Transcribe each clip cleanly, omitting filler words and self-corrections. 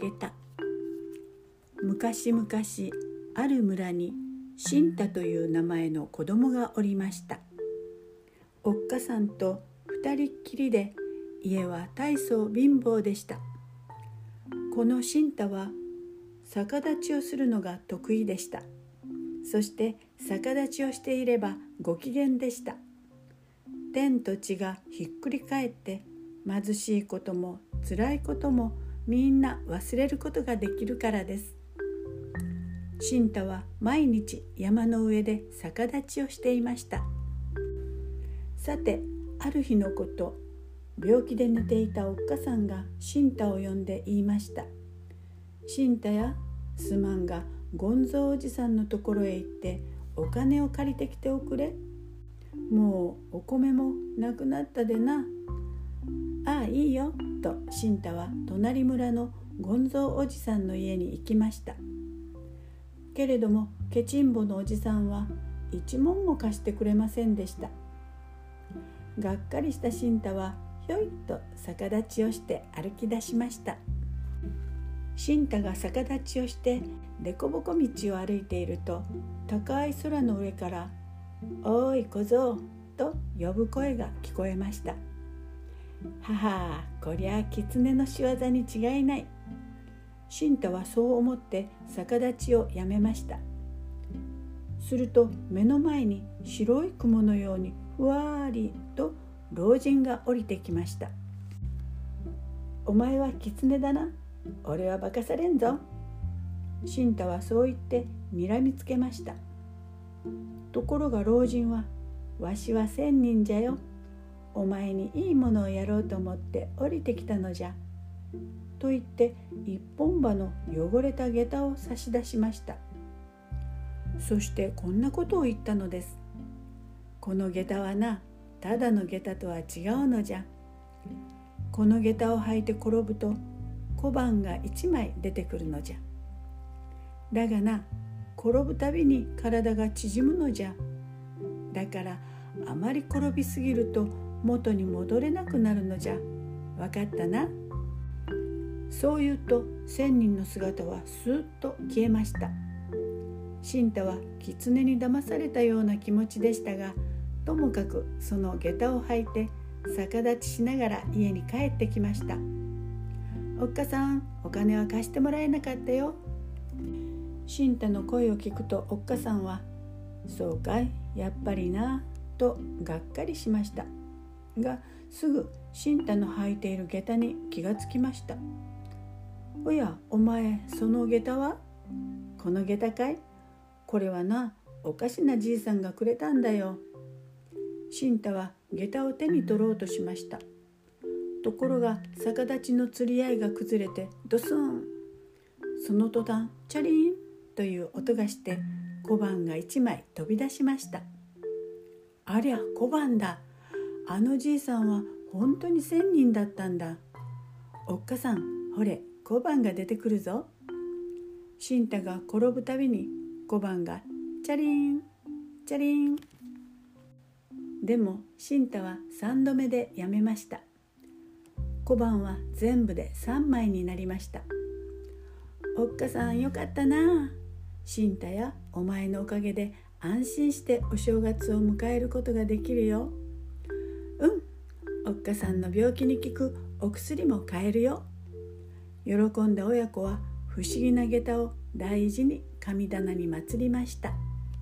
下駄。昔々ある村に新太という名前の子供がおりました。おっかさんと二人っきりで、家は大層貧乏でした。この新太は逆立ちをするのが得意でした。そして逆立ちをしていればご機嫌でした。天と地がひっくり返って、貧しいことも辛いこともみんな忘れることができるからです。新太は毎日山の上で逆立ちをしていました。さて、ある日のこと、病気で寝ていたおっかさんが新太を呼んで言いました。新太や、すまんが権蔵おじさんのところへ行ってお金を借りてきておくれ。もうお米もなくなったでな。ああ、いいよ、と新太は隣村の権蔵おじさんの家に行きました。けれどもケチンボのおじさんは一文も貸してくれませんでした。がっかりした新太はひょいっと逆立ちをして歩き出しました。新太が逆立ちをしてでこぼこ道を歩いていると、高い空の上から「おい小僧」と呼ぶ声が聞こえました。はは、こりゃ狐の仕業に違いない。新太はそう思って逆立ちをやめました。すると目の前に白い雲のようにふわりと老人が降りてきました。お前は狐だな。俺は化かされんぞ。新太はそう言って睨みつけました。ところが老人は、わしは仙人じゃよ。お前にいいものをやろうと思って降りてきたのじゃ。と言って一本歯の汚れた下駄を差し出しました。そしてこんなことを言ったのです。この下駄はな、ただの下駄とは違うのじゃ。この下駄を履いて転ぶと小判が一枚出てくるのじゃ。だがな、転ぶたびに体が縮むのじゃ。だからあまり転びすぎると元に戻れなくなるのじゃ。わかったな。そう言うと仙人の姿はスーッと消えました。新太は狐に騙されたような気持ちでしたが、ともかくその下駄を履いて逆立ちしながら家に帰ってきました。おっかさん、お金は貸してもらえなかったよ。新太の声を聞くとおっかさんは、そうかい、やっぱりな、とがっかりしましたが、すぐ新太の履いている下駄に気がつきました。おや、お前、その下駄は？この下駄かい？これはな、おかしなじいさんがくれたんだよ。新太は下駄を手に取ろうとしました。ところが逆立ちの釣り合いが崩れてドスン。その途端、チャリンという音がして小判が一枚飛び出しました。ありゃ、小判だ。あのじいさんは本当に仙人だったんだ。おっかさん、ほれ、小判が出てくるぞ。新太が転ぶたびに小判がチャリンチャリン。でも新太は3度目でやめました。小判は全部で3枚になりました。おっかさん、よかったな。新太や、お前のおかげで安心してお正月を迎えることができるよ。おっかさんの病気に効くお薬も買えるよ。喜んだ親子は不思議な下駄を大事に神棚に祀りました。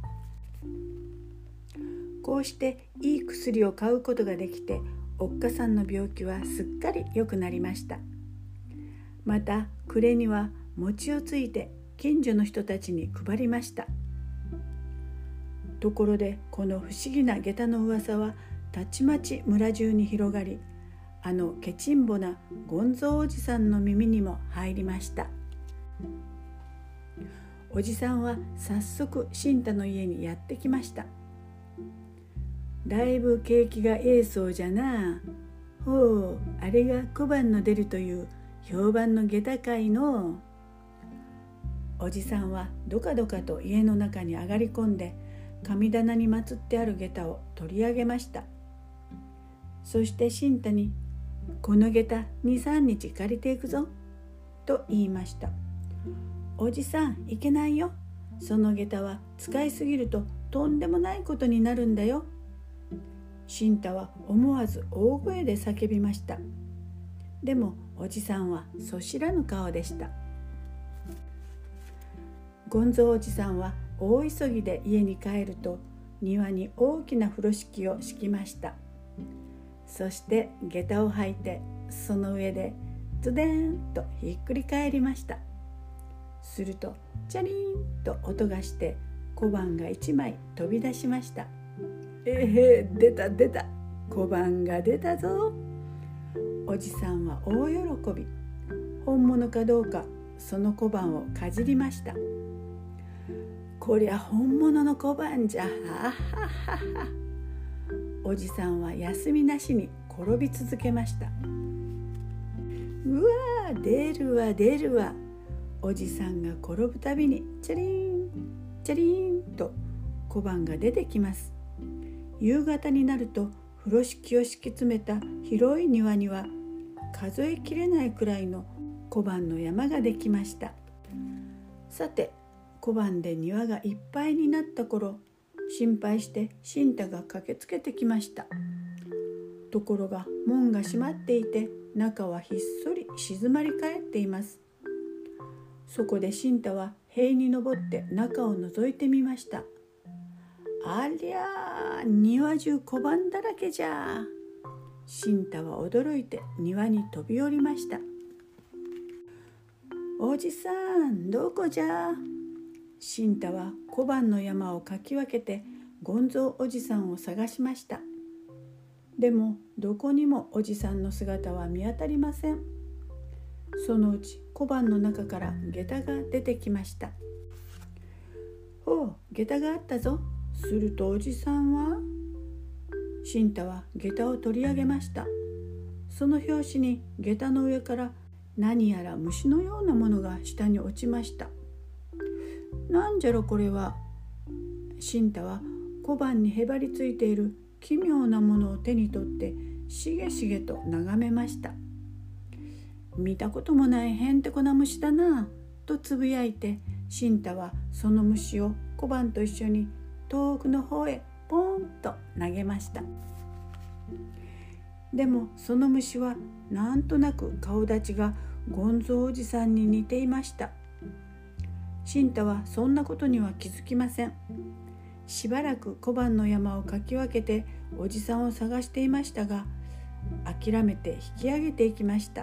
こうしていい薬を買うことができて、おっかさんの病気はすっかり良くなりました。また暮れには餅をついて近所の人たちに配りました。ところでこの不思議な下駄の噂はたちまち村中に広がり、あのケチンボな権蔵おじさんの耳にも入りました。おじさんは早速新太の家にやってきました。だいぶ景気がええそうじゃな。ほう、あれが小判の出るという評判の下駄かいの。おじさんはどかどかと家の中に上がり込んで、神棚に祀ってある下駄を取り上げました。そして新太に、この下駄 2,3 日借りていくぞ。 と言いました。おじさん、いけないよ。その下駄は使いすぎるととんでもないことになるんだよ。シンタは思わず大声で叫びました。でもおじさんはそしらぬ顔でした。ゴンゾーおじさんは大急ぎで家に帰ると、庭に大きな風呂敷を敷きました。そして下駄を履いて、その上でズデーンとひっくり返りました。するとチャリーンと音がして小判が1枚飛び出しました。出た出た、小判が出たぞ。おじさんは大喜び。本物かどうかその小判をかじりました。こりゃ本物の小判じゃ。はははは。おじさんは休みなしに転び続けました。うわー、出るわ出るわ。おじさんが転ぶたびにチャリーンチャリーンと小判が出てきます。夕方になると風呂敷を敷き詰めた広い庭には数えきれないくらいの小判の山ができました。さて、小判で庭がいっぱいになった頃、心配してシンタが駆けつけてきました。ところが門が閉まっていて、中はひっそり静まり返っています。そこでシンタは塀に登って中を覗いてみました。ありゃー、庭中小判だらけじゃ。シンタは驚いて庭に飛び降りました。おじさん、どこじゃ。シンタは小判の山をかき分けてゴンゾーおじさんを探しました。でもどこにもおじさんの姿は見当たりません。そのうち小判の中から下駄が出てきました。おう、下駄があったぞ。するとおじさんは、シンタは下駄を取り上げました。その拍子に下駄の上から何やら虫のようなものが下に落ちました。なんじゃろこれは。シンタは小判にへばりついている奇妙なものを手に取ってしげしげと眺めました。見たこともないへんてこな虫だなとつぶやいて、シンタはその虫を小判と一緒に遠くの方へポーンと投げました。でもその虫はなんとなく顔立ちがゴンゾーおじさんに似ていました。シンタはそんなことには気づきません。しばらく小判の山をかき分けておじさんを探していましたが、諦めて引き上げていきました。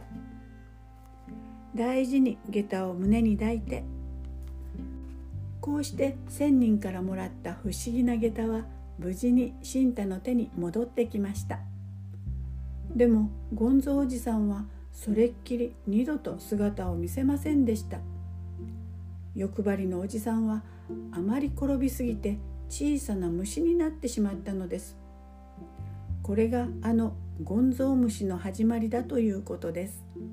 大事に下駄を胸に抱いて、こうして1000人からもらった不思議な下駄は無事にシンタの手に戻ってきました。でもゴンゾーおじさんはそれっきり二度と姿を見せませんでした。欲張りのおじさんはあまり転びすぎて小さな虫になってしまったのです。これがゴンゾー虫の始まりだということです。